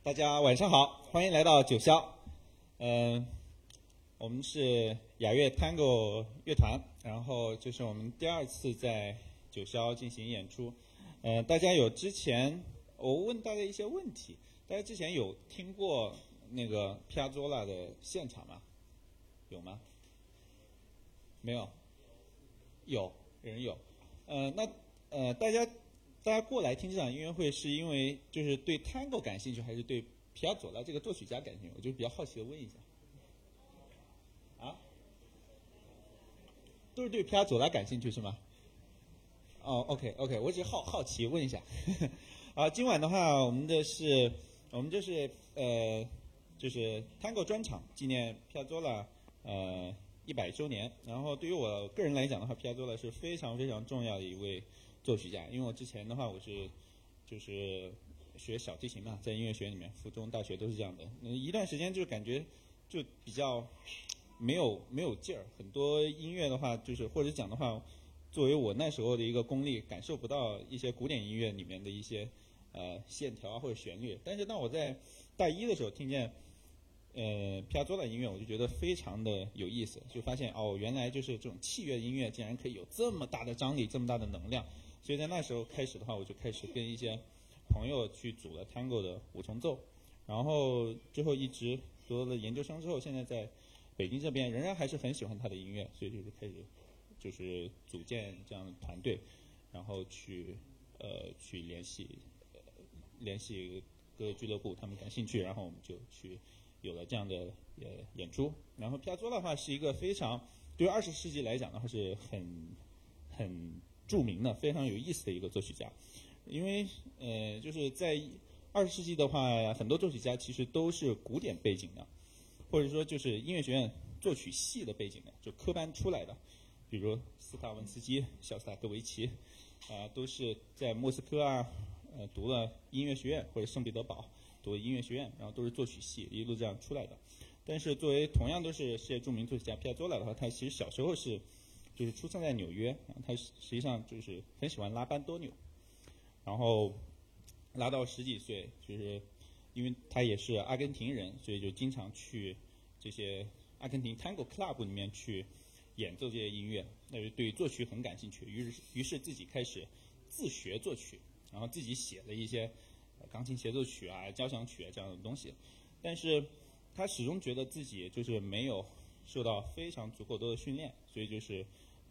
大家晚上好，欢迎来到九霄。我们是雅乐 Tango 乐团，然后这是我们第2次在九霄进行演出。大家有之前我问大家一些问题，大家之前有听过那个 Piazzolla 的现场吗？有吗？没有？有人有。大家过来听这场音乐会，是因为就是对 Tango 感兴趣，还是对皮亚佐拉这个作曲家感兴趣？我就比较好奇的问一下。啊？都是对皮亚佐拉感兴趣是吗？哦 ，OK， 我只是好奇问一下。今晚的话，我们就是就是 Tango 专场，纪念皮亚佐拉100周年。然后对于我个人来讲的话，皮亚佐拉是非常非常重要的一位作曲家，因为我之前的话我是就是学小提琴嘛，在音乐学院里面，附中、大学都是这样的。一段时间就感觉就比较没有劲儿，很多音乐的话就是或者讲的话，作为我那时候的一个功力，感受不到一些古典音乐里面的一些线条啊或者旋律。但是当我在大一的时候听见皮亚佐拉音乐，我就觉得非常的有意思，就发现原来就是这种器乐音乐竟然可以有这么大的张力，这么大的能量。所以在那时候开始的话，我就开始跟一些朋友去组了 Tango 的5重奏，然后之后一直读了研究生之后，现在在北京这边仍然还是很喜欢他的音乐，所以就是开始就是组建这样的团队，然后去联系各个俱乐部，他们感兴趣，然后我们就去有了这样的演出。然后皮亚佐拉的话是一个非常对于20世纪来讲的话是很著名的、非常有意思的一个作曲家，因为就是在20世纪的话，很多作曲家其实都是古典背景的，或者说就是音乐学院作曲系的背景的，就科班出来的，比如斯塔文斯基、肖斯塔科维奇，都是在莫斯科读了音乐学院，或者圣彼得堡读了音乐学院，然后都是作曲系一路这样出来的。但是作为同样都是世界著名作曲家皮亚佐拉的话，他其实小时候就是出生在纽约，他实际上就是很喜欢拉班多纽，然后拉到10几岁，就是因为他也是阿根廷人，所以就经常去这些阿根廷 Tango Club 里面去演奏这些音乐，那就对作曲很感兴趣，于是自己开始自学作曲，然后自己写了一些钢琴协奏曲啊、交响曲啊这样的东西。但是他始终觉得自己就是没有受到非常足够多的训练，所以就是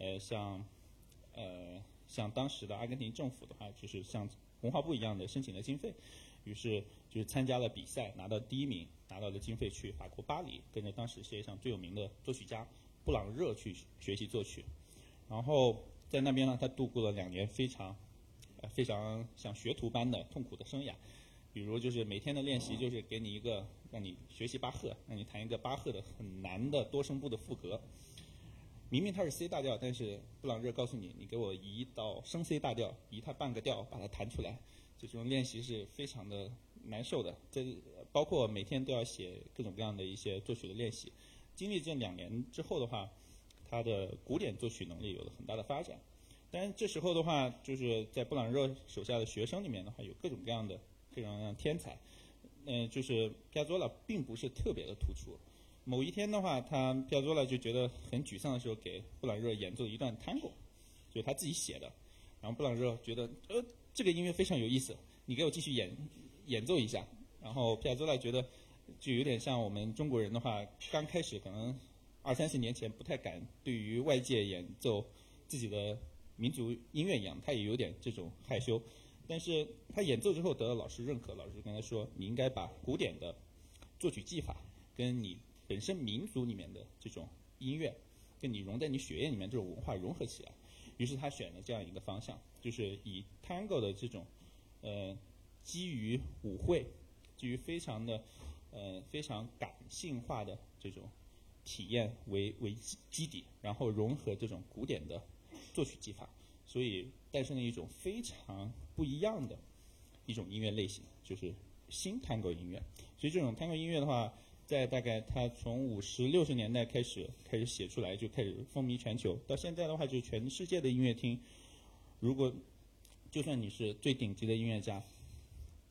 像当时的阿根廷政府的话，就是像文化部一样的申请了经费，于是就是参加了比赛，拿到第1名，拿到了经费去法国巴黎，跟着当时世界上最有名的作曲家布朗热去学习作曲。然后在那边呢，他度过了2年非常像学徒般的痛苦的生涯。比如就是每天的练习就是给你一个让你学习巴赫，让你弹一个巴赫的很难的多声部的赋格。明明它是 C 大调，但是布朗热告诉你，你给我移到升 C 大调，移它半个调，把它弹出来。这种练习是非常的难受的。包括每天都要写各种各样的一些作曲的练习。经历这2年之后的话，他的古典作曲能力有了很大的发展。但是这时候的话，就是在布朗热手下的学生里面的话，有各种各样的天才。就是皮亚佐拉并不是特别的突出。某一天的话，皮亚佐拉就觉得很沮丧的时候，给布朗热演奏一段 Tango， 就是他自己写的。然后布朗热觉得这个音乐非常有意思，你给我继续演奏一下。然后皮亚佐拉觉得就有点像我们中国人的话，刚开始可能20-30年前不太敢对于外界演奏自己的民族音乐一样，他也有点这种害羞。但是他演奏之后得到老师认可，老师跟他说，你应该把古典的作曲技法跟你本身民族里面的这种音乐，跟你融在你血液里面这种文化融合起来。于是他选了这样一个方向，就是以 Tango 的这种基于舞会，基于非常感性化的这种体验为基底，然后融合这种古典的作曲技法，所以诞生了一种非常不一样的一种音乐类型，就是新 Tango 音乐。所以这种 Tango 音乐的话，在大概它从50、60年代开始写出来，就开始风靡全球。到现在的话，就是全世界的音乐厅，如果就算你是最顶级的音乐家，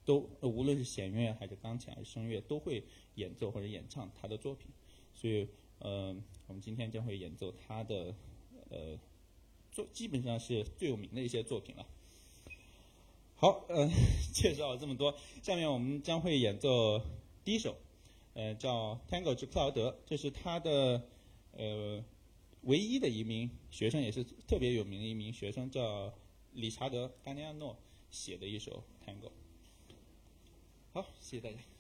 都无论是弦乐还是钢琴还是声乐都会演奏或者演唱他的作品，所以我们今天将会演奏他的基本上是最有名的一些作品了。好，介绍了这么多，下面我们将会演奏第一首，叫《Tango 之克劳德》，这是他的唯一的一名学生，也是特别有名的一名学生，叫理查德·冈尼亚诺写的一首 Tango。好，谢谢大家。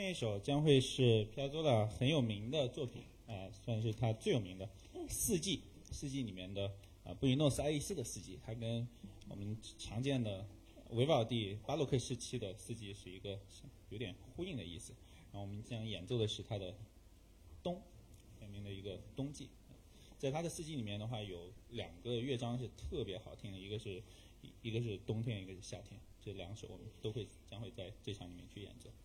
一首将会是皮亚佐拉很有名的作品，算是他最有名的四季里面的布宜诺斯艾利斯的四季，它跟我们常见的维瓦蒂巴洛克时期的四季是一个有点呼应的意思。然后我们将演奏的是它的冬里面的一个冬季。在它的四季里面的话，有两个乐章是特别好听的，一个是冬天，一个是夏天。这两首我们将会在这场里面去演奏。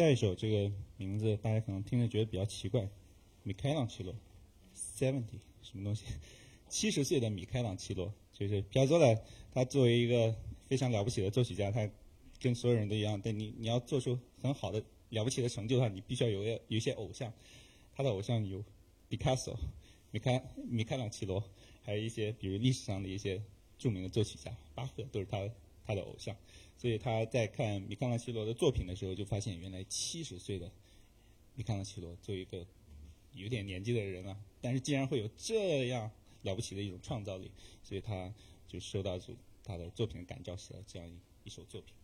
下一首这个名字大家可能听着觉得比较奇怪，米开朗基罗 ，70什么东西？70岁的米开朗基罗，就是皮亚佐拉。他作为一个非常了不起的作曲家，他跟所有人都一样。但你要做出很好的了不起的成就的话，你必须要有一些偶像。他的偶像有毕卡索、米开朗基罗，还有一些比如历史上的一些著名的作曲家，巴赫都是他的偶像。所以他在看米开朗基罗的作品的时候，就发现原来70岁的米开朗基罗作为一个有点年纪的人啊，但是竟然会有这样了不起的一种创造力，所以他就受到他的作品的感召，写了这样一首作品。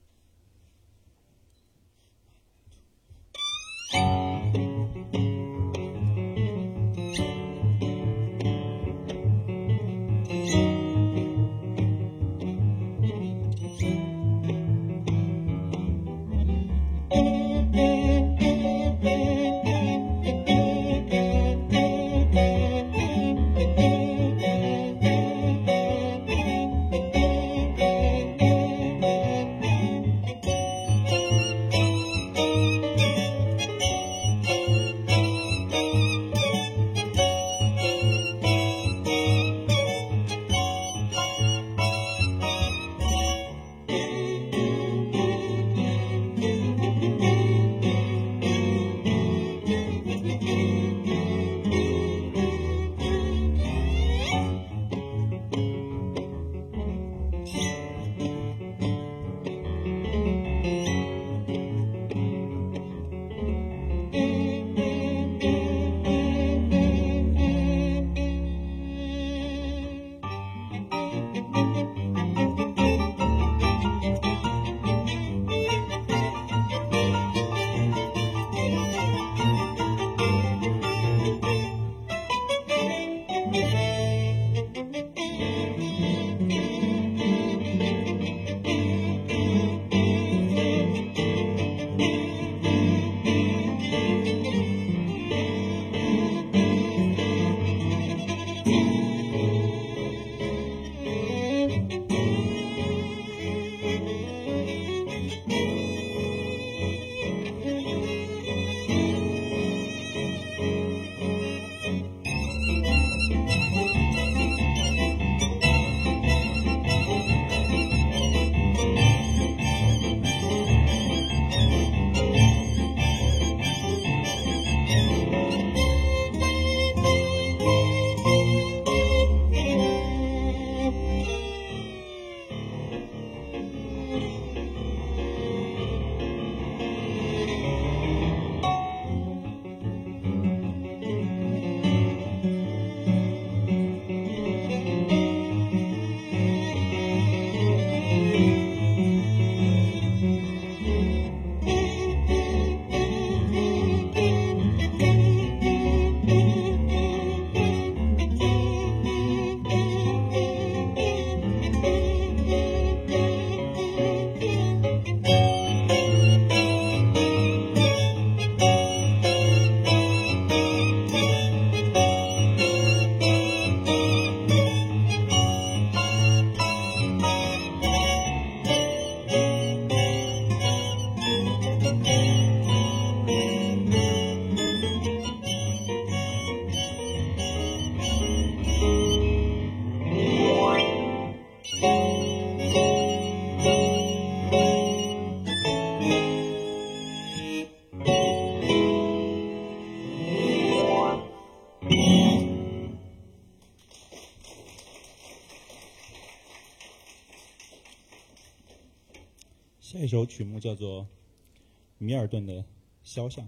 下一首曲目叫做米尔顿的肖像。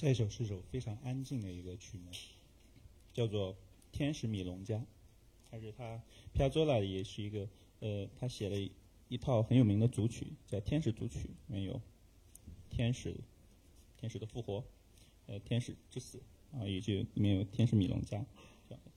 下一首是首非常安静的一个曲目，叫做《天使米隆加》，还是皮亚佐拉也是一个他写了一套很有名的组曲，叫《天使组曲》，里面有天使的复活，天使之死啊，以及里面有天使米隆加这样的。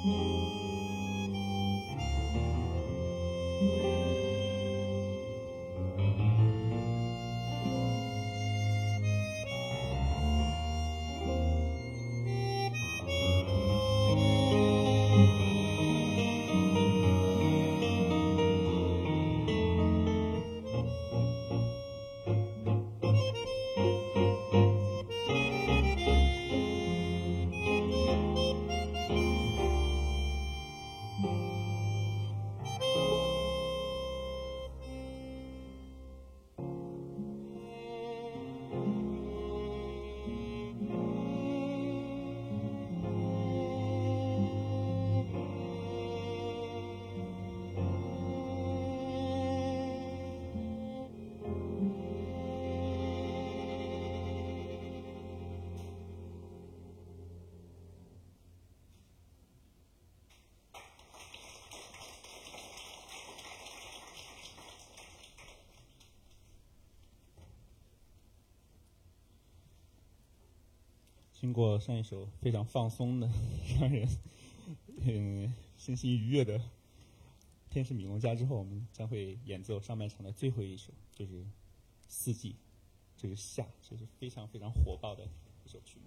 经过上一首非常放松的、让人身心愉悦的《天使米隆家》之后，我们将会演奏上半场的最后一首，就是《四季》，这是夏，这是非常非常火爆的一首曲目。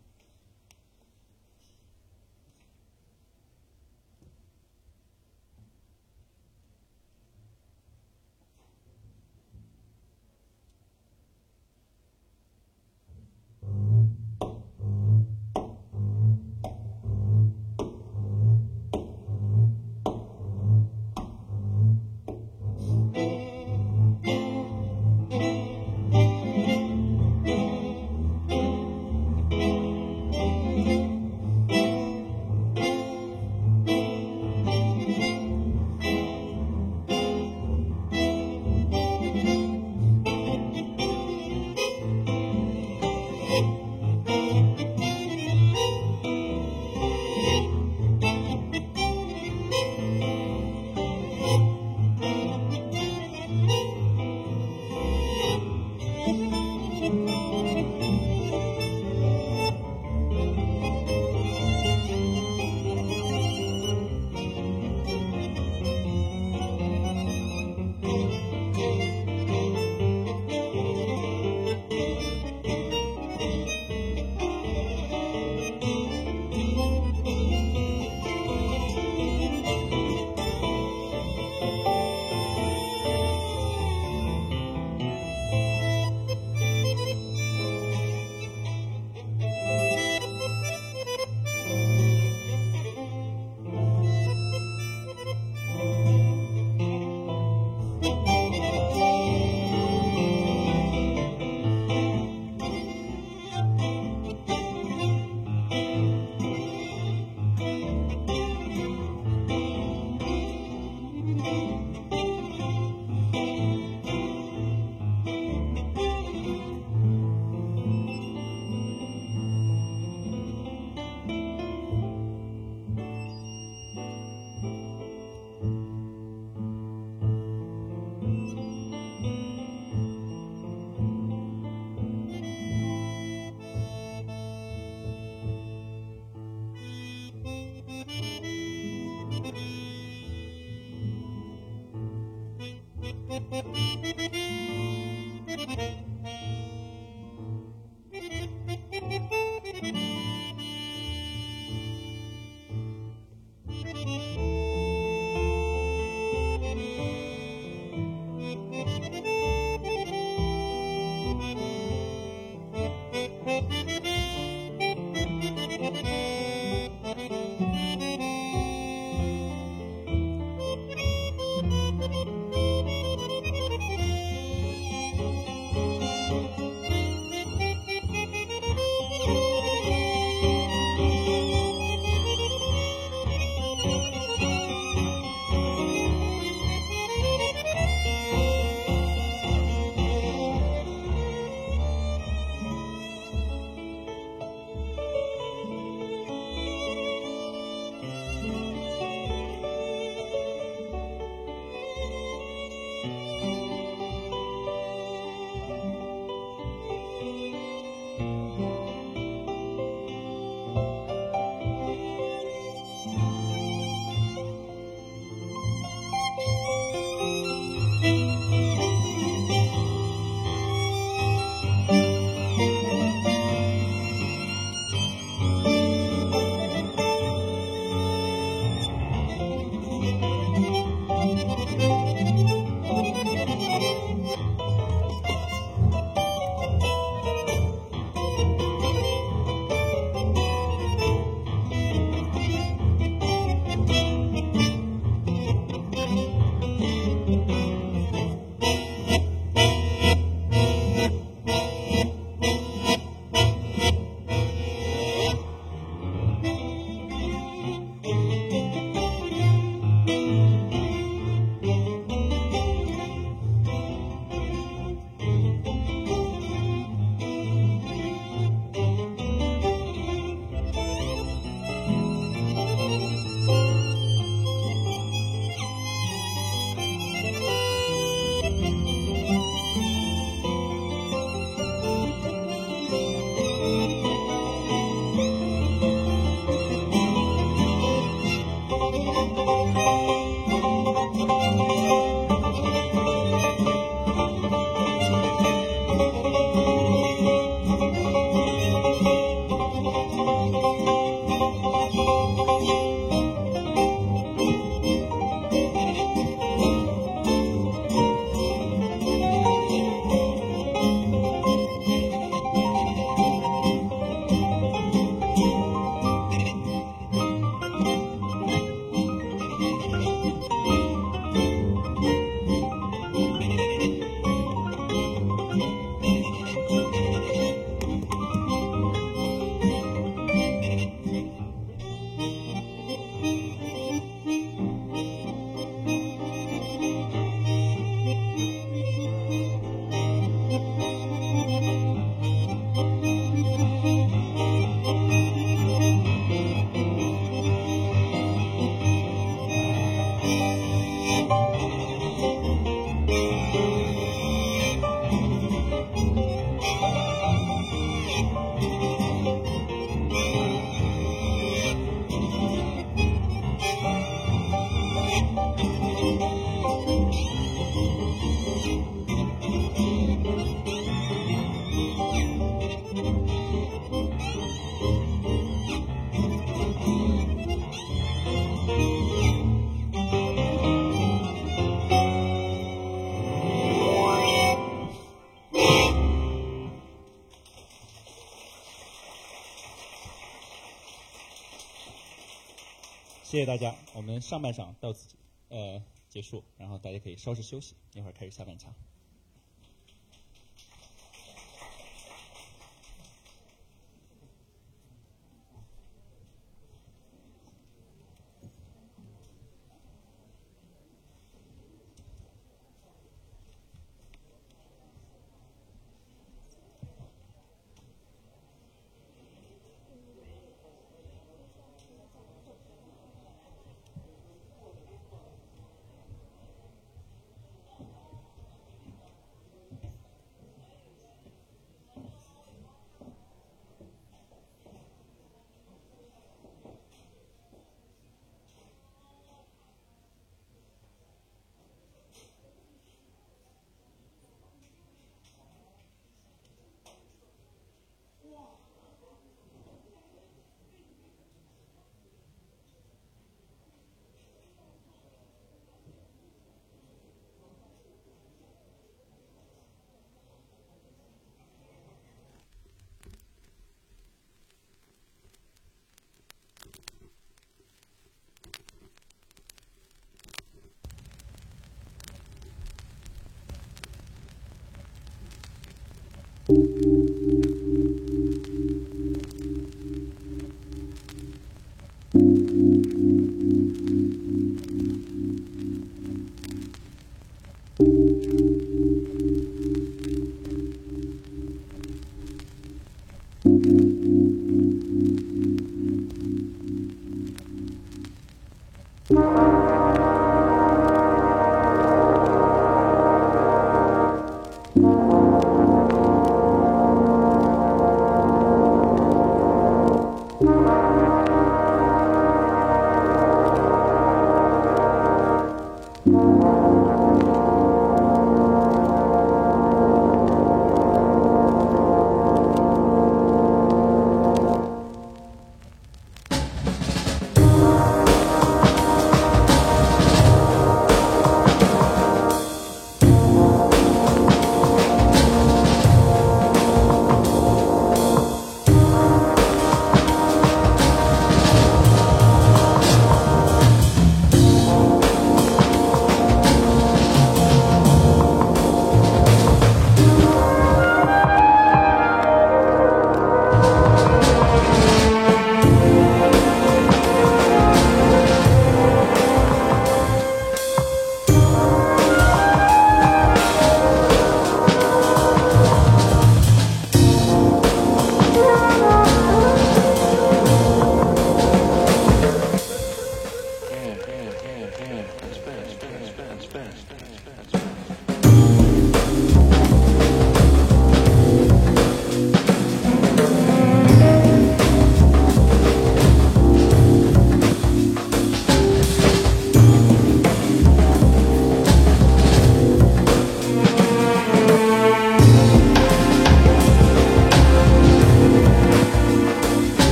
谢谢大家，我们上半场到此结束，然后大家可以稍事休息，一会儿开始下半场。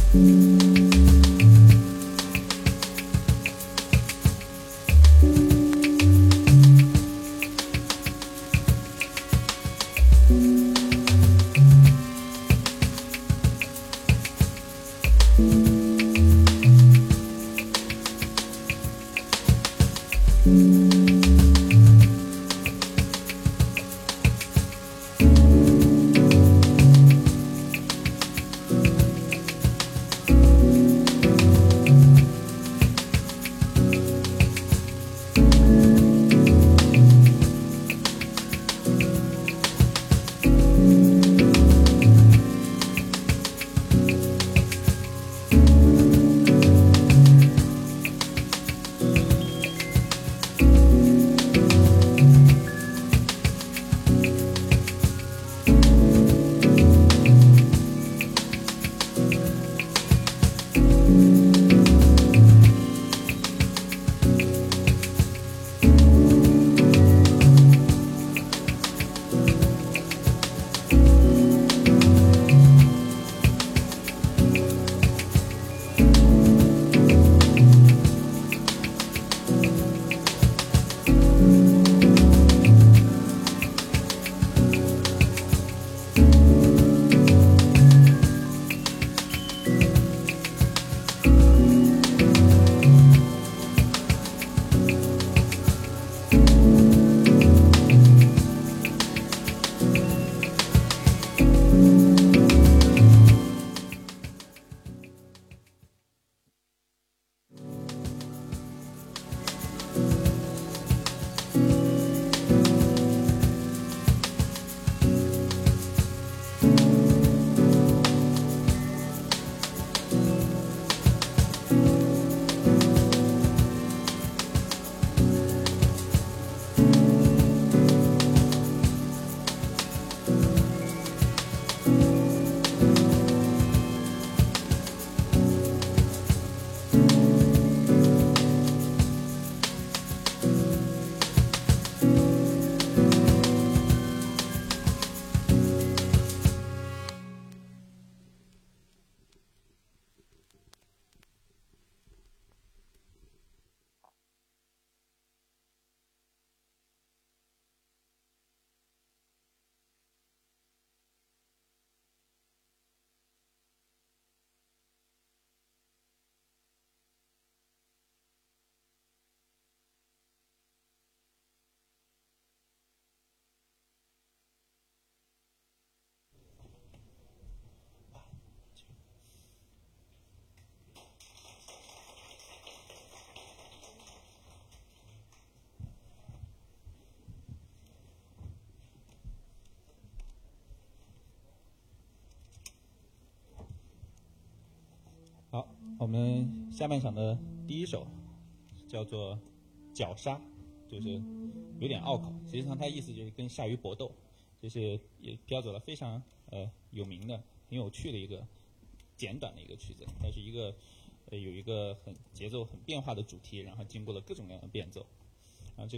好，我们下半场的第一首叫做绞杀，就是有点拗口，实际上它意思就是跟鲨鱼搏斗，就是也飘走了非常有名的、很有趣的一个简短的一个曲子，它是一个有一个很节奏很变化的主题，然后经过了各种各样的变奏。然后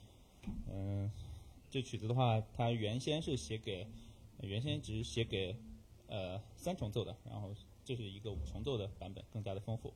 这曲子的话，它原先只是写给三重奏的，然后这是一个五重奏的版本，更加的丰富。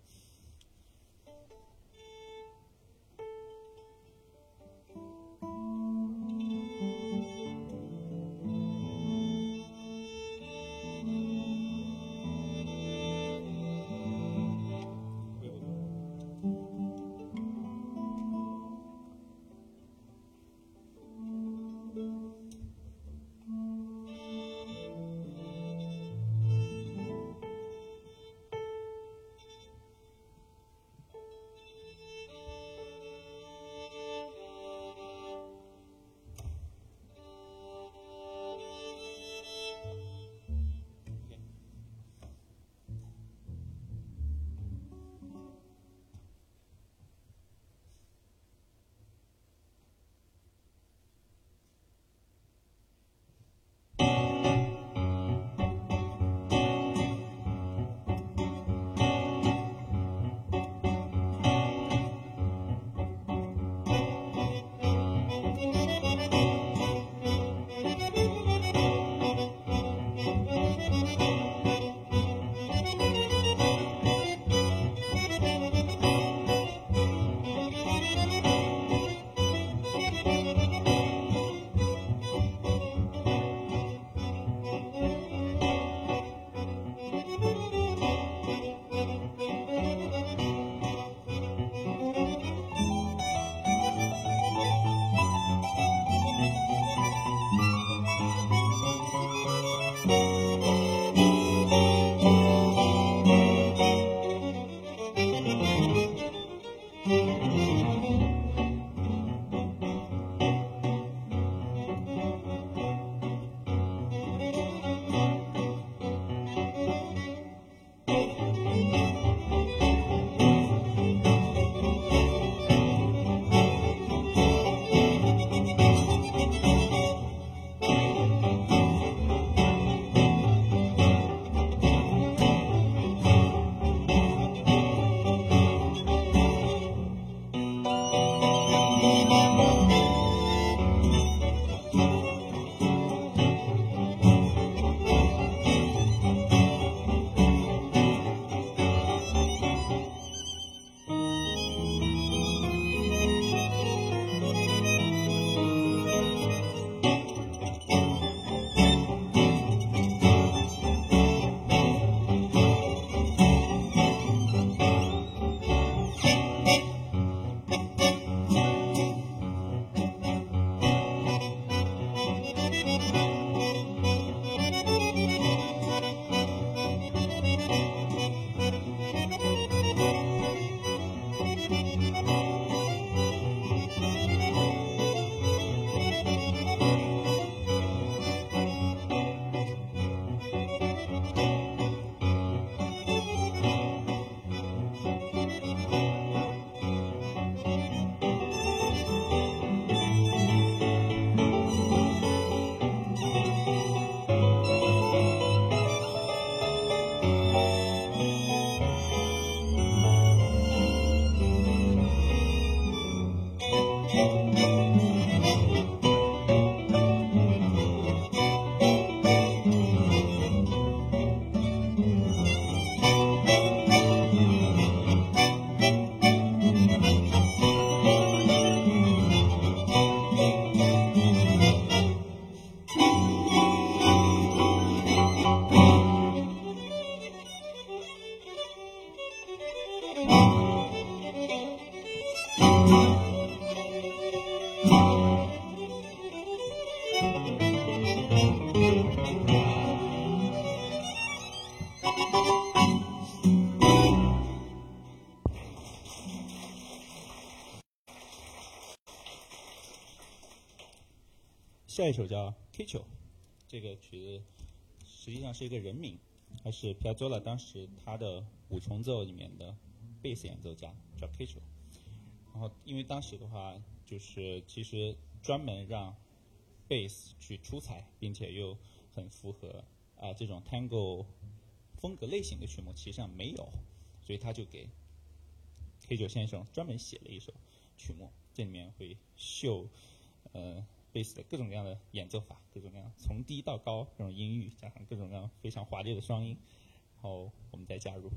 下一首叫《Cacio》，这个曲子实际上是一个人名，它是皮亚佐拉当时他的五重奏里面的贝斯演奏家，叫 Cacio。然后因为当时的话，就是其实专门让贝斯去出彩，并且又很符合这种 Tango 风格类型的曲目，其实上没有，所以他就给 Cacio 先生专门写了一首曲目，这里面会秀贝斯的各种各样的演奏法，各种各样从低到高这种音域，加上各种各样非常华丽的双音，然后我们再加入。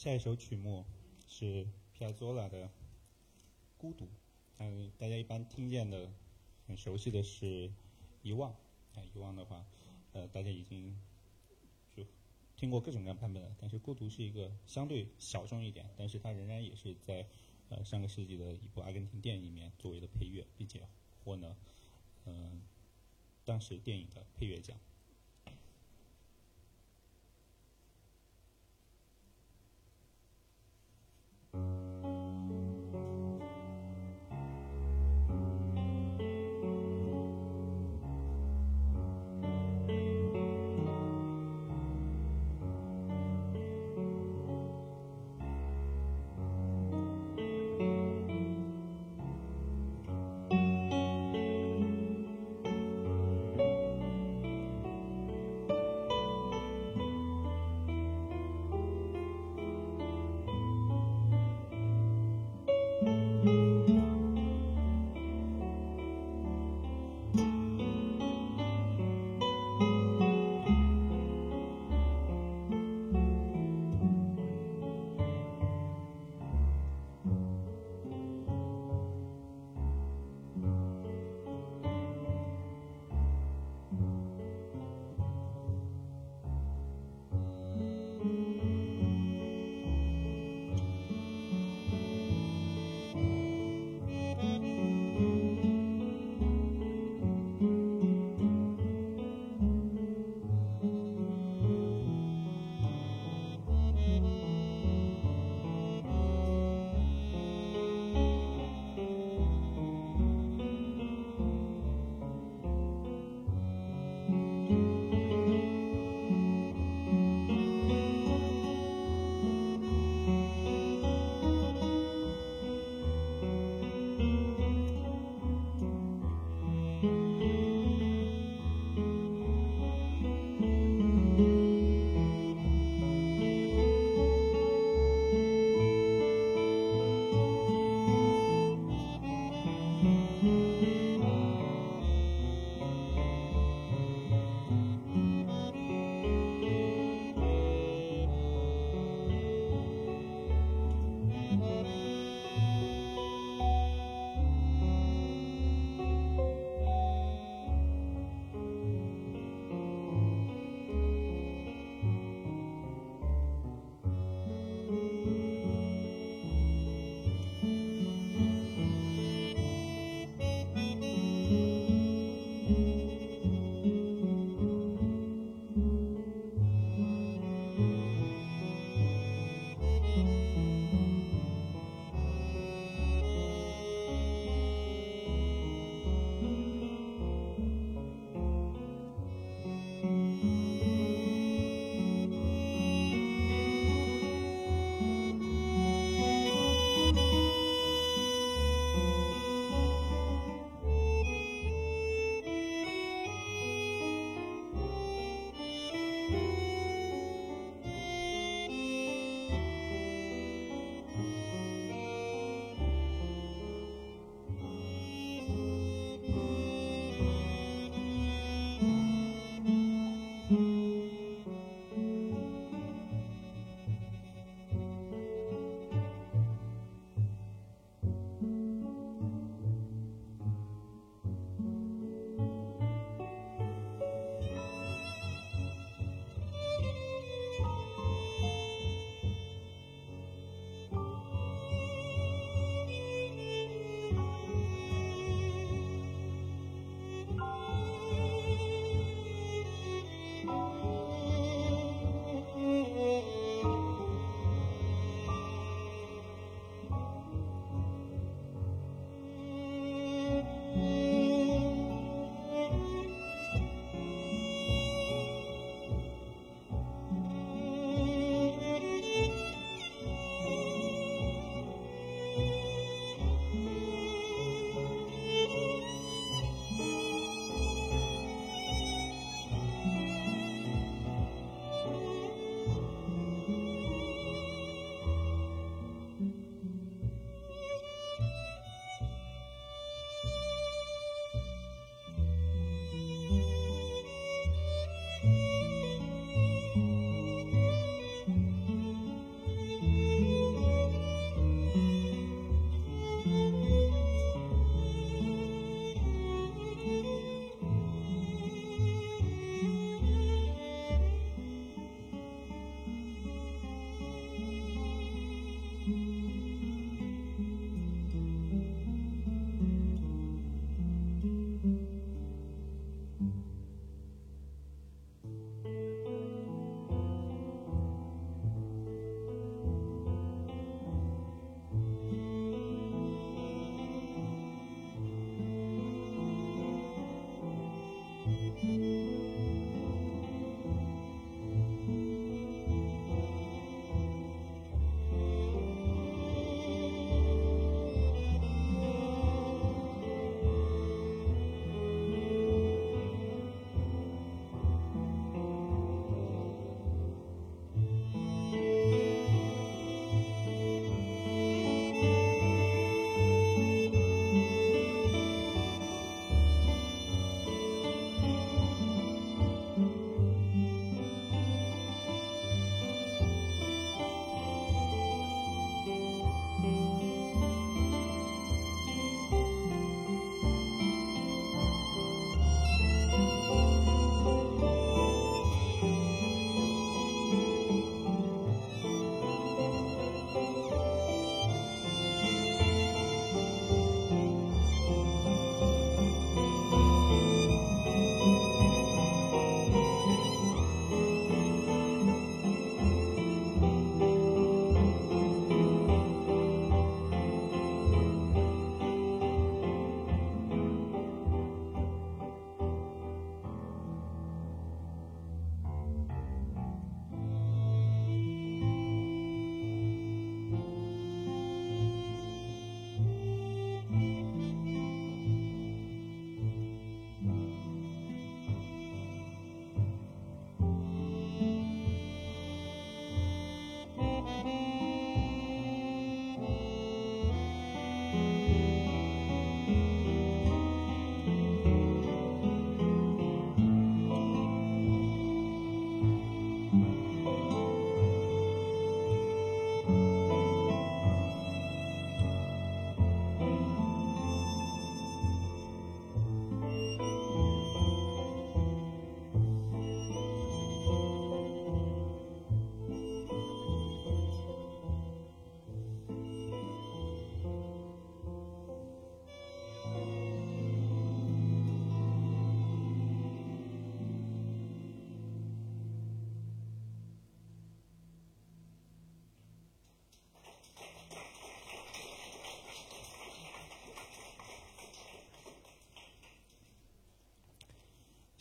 下一首曲目是皮亚佐拉的《孤独》。大家一般听见的、很熟悉的是《遗忘》。遗忘的话，大家已经就听过各种各样版本了。但是《孤独》是一个相对小众一点，但是它仍然也是在上个世纪的一部阿根廷电影里面作为的配乐，并且获了当时电影的配乐奖。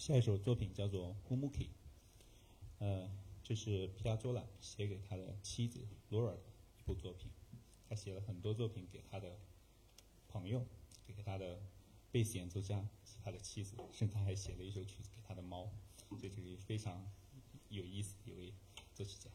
下一首作品叫做《Mumuki》，这是皮亚佐拉写给他的妻子罗尔的一部作品。他写了很多作品给他的朋友，给他的贝斯演奏家，他的妻子，甚至还写了一首曲子给他的猫。这就是非常有意思的一位作曲家。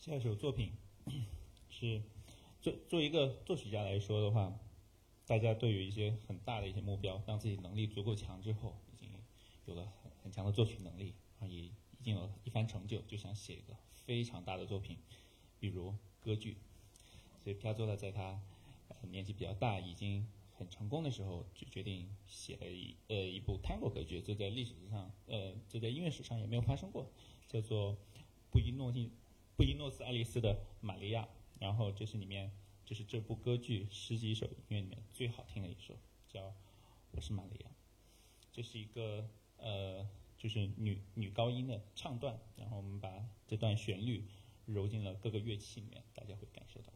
下一首作品是作为一个作曲家来说的话，大家都有一些很大的一些目标，当自己能力足够强之后，已经有了很强的作曲能力，也已经有一番成就，就想写一个非常大的作品，比如歌剧。所以皮亚佐拉在他年纪比较大，已经很成功的时候，就决定写了一部探戈歌剧，这在历史上这在音乐史上也没有发生过，叫做布宜诺斯艾利斯的玛利亚。然后这是这部歌剧十几首音乐里面最好听的一首，叫《我是玛利亚》。这是一个就是女高音的唱段，然后我们把这段旋律揉进了各个乐器里面，大家会感受到。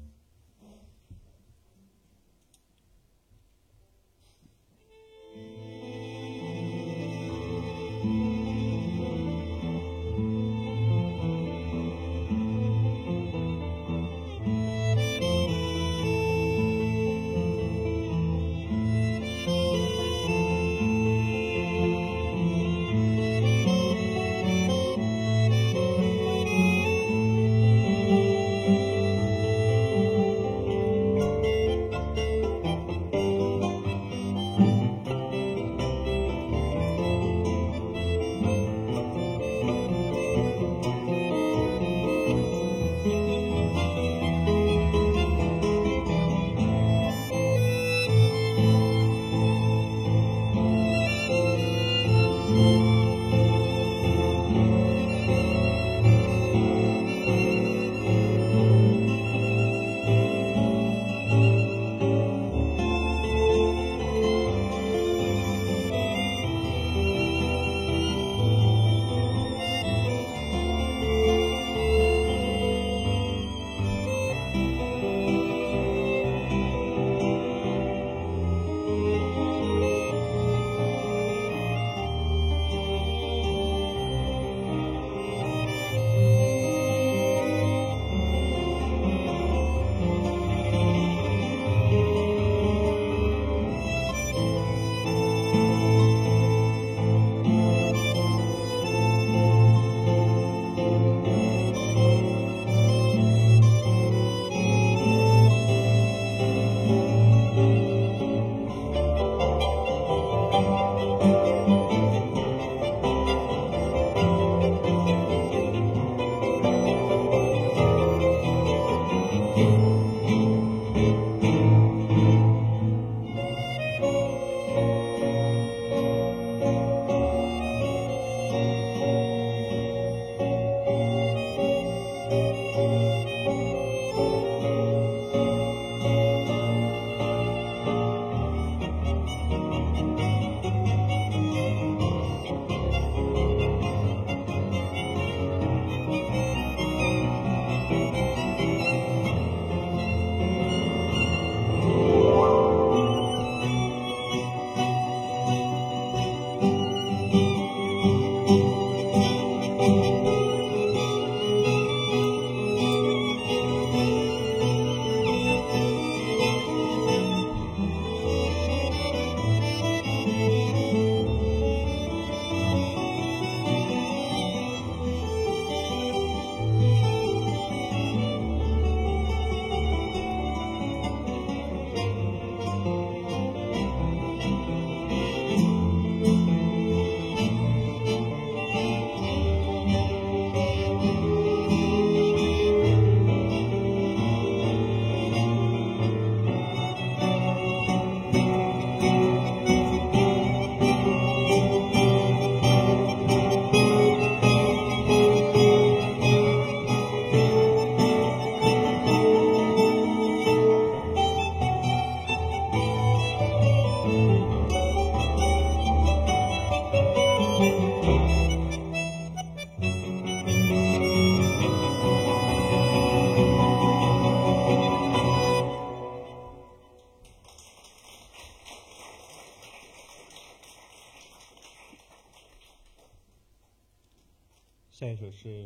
下一首是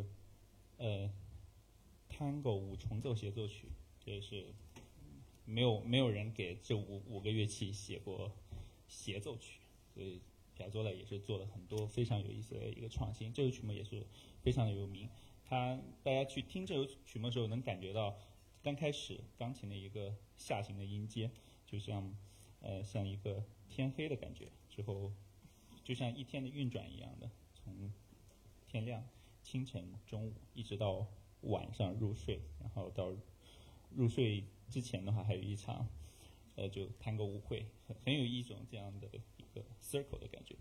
Tango 五重奏协奏曲，这也是没有人给这五个乐器写过协奏曲，所以皮亚佐拉也是做了很多非常有意思的一个创新。这个曲目也是非常的有名， 大家去听这首曲目的时候，能感觉到刚开始钢琴的一个下行的音阶，就像一个天黑的感觉，之后就像一天的运转一样的，从天亮、清晨、中午一直到晚上入睡，然后到入睡之前的话，还有一场就弹个舞会，很有一种这样的一个 circle 的感觉。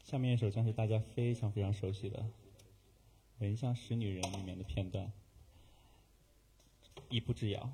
下面一首将是大家非常非常熟悉的《闻香识女人》里面的片段，一步之遥。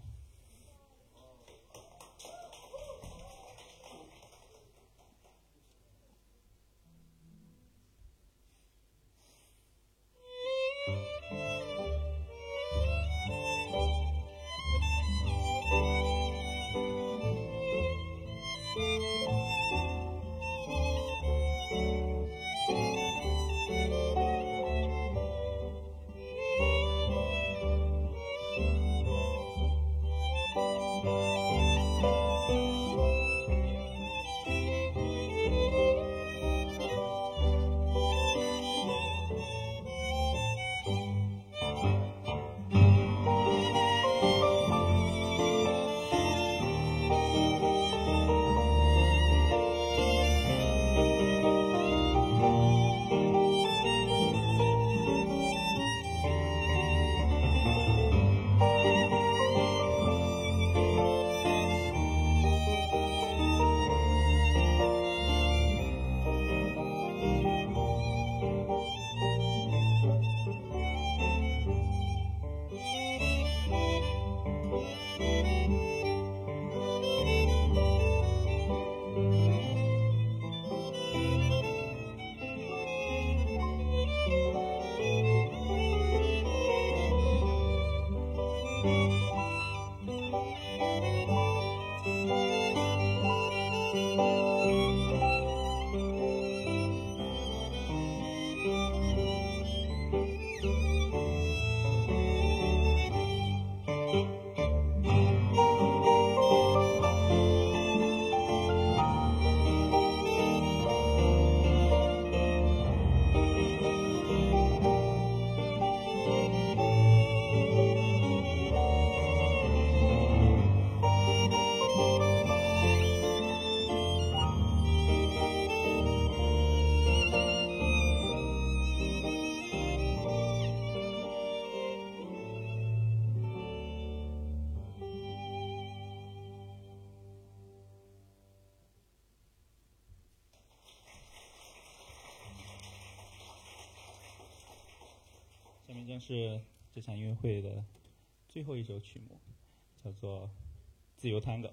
下面将是这场音乐会的最后一首曲目，叫做《自由探戈》。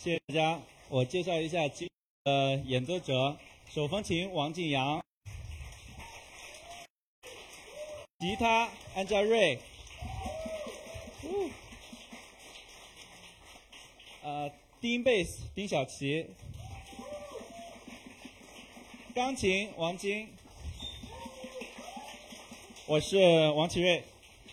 谢谢大家。我介绍一下今演奏者：手风琴王景阳，吉他安家瑞，低音贝斯丁小琪，钢琴王晶，我是王奇瑞。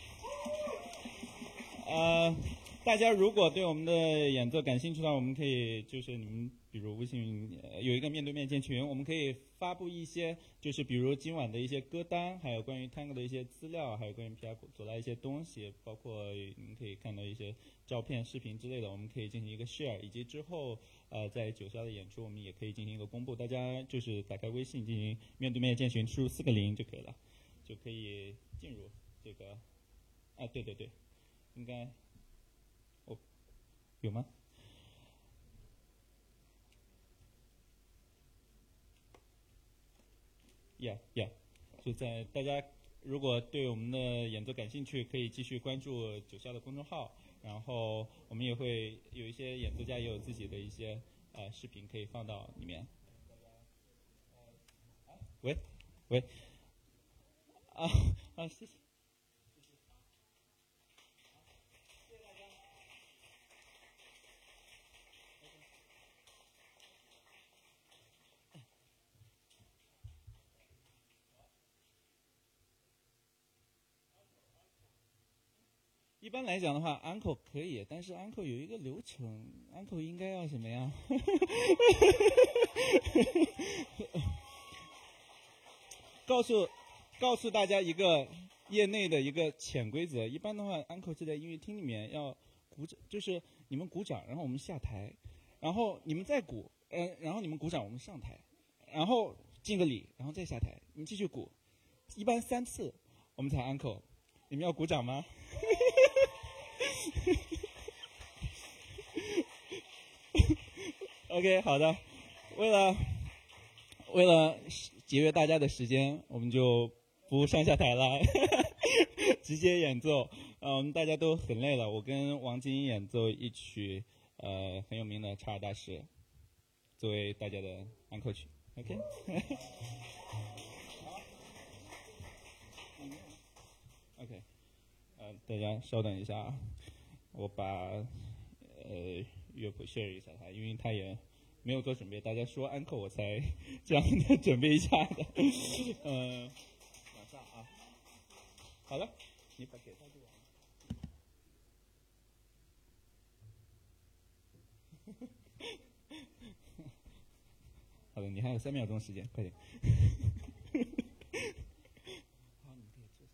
大家如果对我们的演奏感兴趣的话，我们可以就是你们比如微信有一个面对面建群，我们可以发布一些就是比如今晚的一些歌单，还有关于 Tango 的一些资料，还有关于 PR 走来一些东西，包括你们可以看到一些照片、视频之类的，我们可以进行一个 share， 以及之后在九霄的演出我们也可以进行一个公布，大家就是打开微信进行面对面建群，输入4个0就可以了，就可以进入这个对对对，应该有吗？Yeah，就在大家如果对我们的演奏感兴趣，可以继续关注九霄的公众号，然后我们也会有一些演奏家也有自己的一些视频可以放到里面。喂，谢谢。一般来讲的话 ，uncle 可以，但是 uncle 有一个流程 ，uncle 应该要什么呀？告诉大家一个业内的一个潜规则，一般的话 ，uncle 是在音乐厅里面要鼓掌，就是你们鼓掌，然后我们下台，然后你们再鼓，然后你们鼓掌，我们上台，然后敬个礼，然后再下台，你们继续鼓，一般3次我们才 uncle， 你们要鼓掌吗？OK， 好的。为了节约大家的时间，我们就不上下台了，直接演奏。大家都很累了，我跟王晶演奏一曲很有名的《查尔大师》，作为大家的安可曲。OK。OK， 大家稍等一下啊，我把乐谱 share 一下他，因为他也没有做准备，大家说安可我才这样的准备一下的。往上啊，好了，你把给他就完了。好的，你还有3秒钟时间，快点。好，你可以坐下。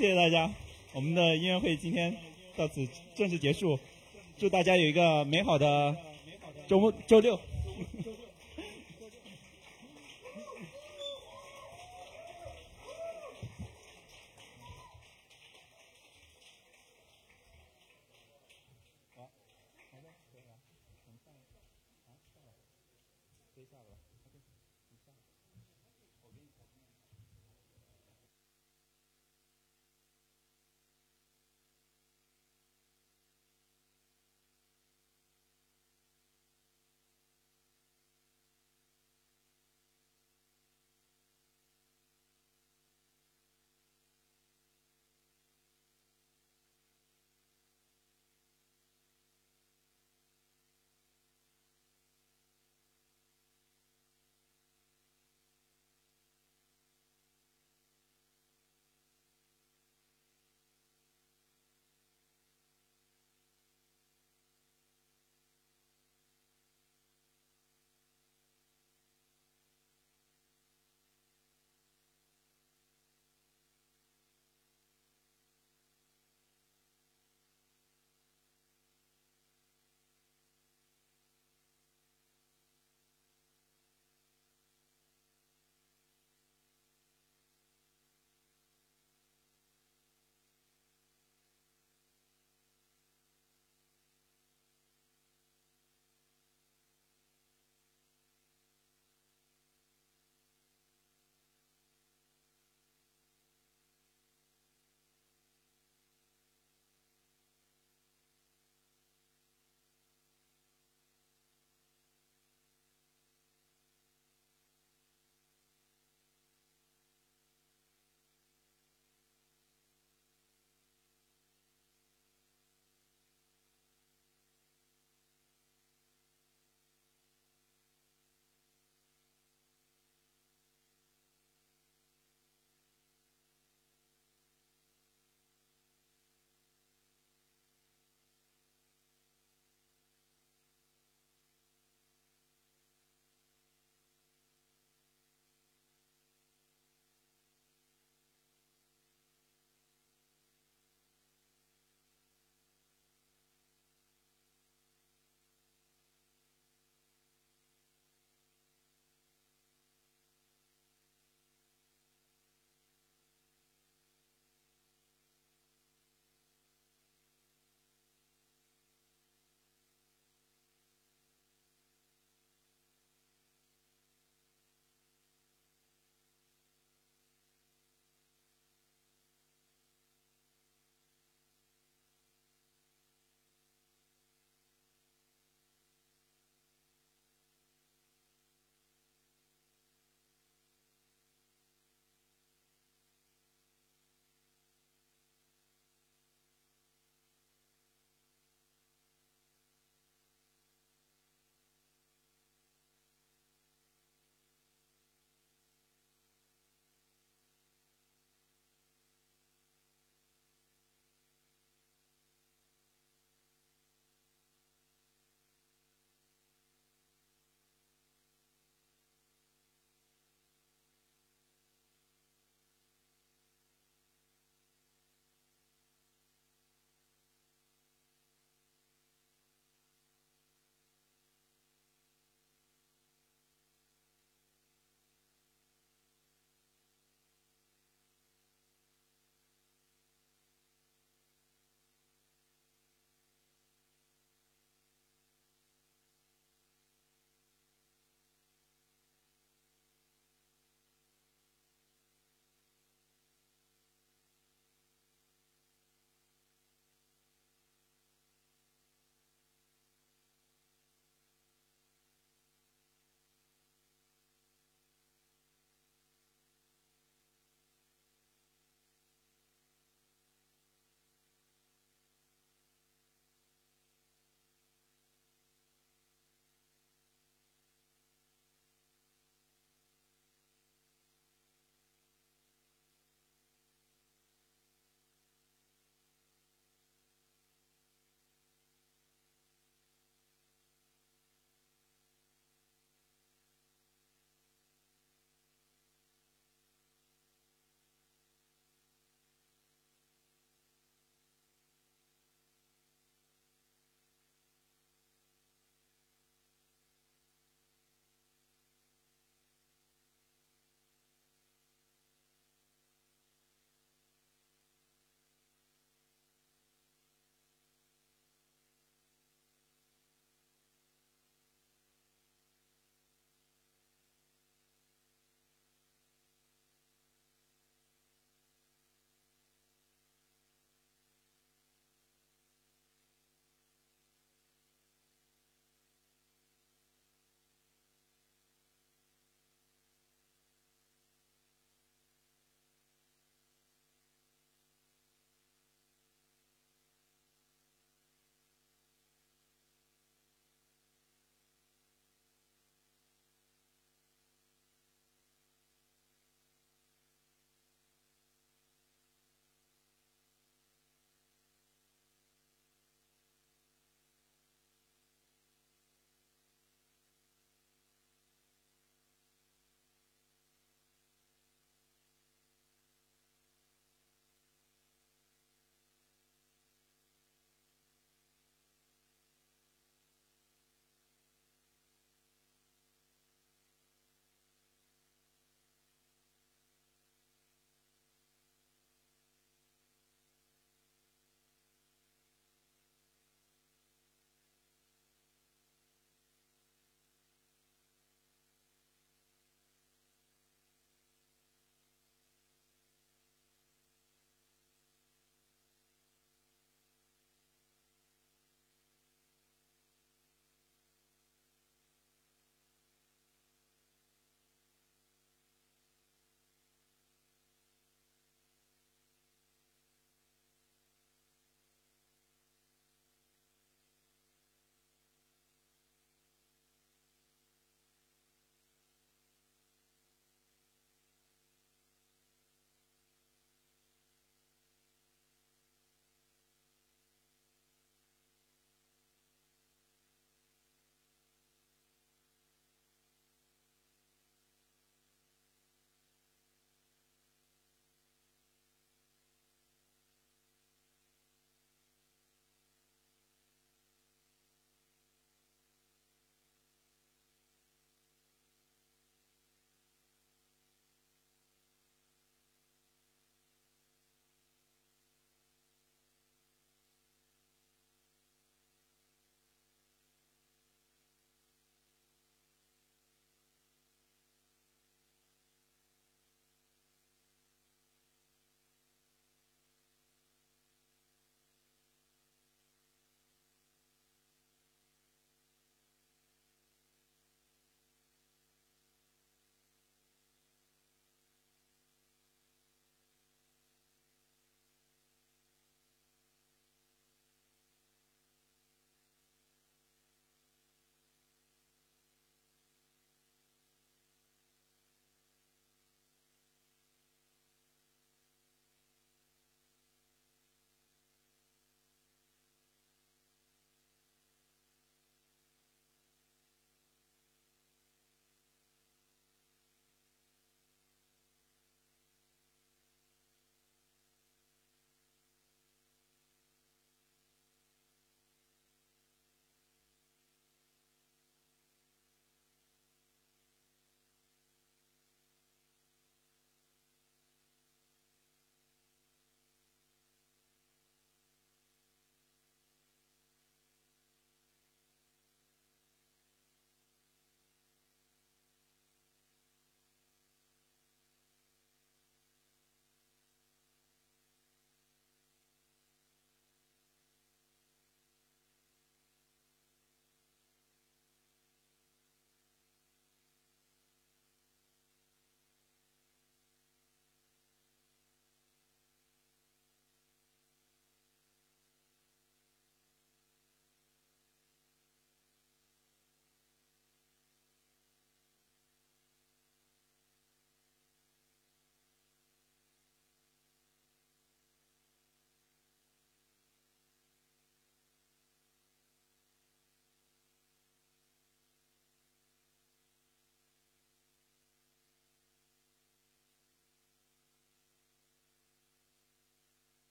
谢谢大家，我们的音乐会今天到此正式结束，祝大家有一个美好的周六。 好的，可以了，很快，啊，下了，可以下了吧。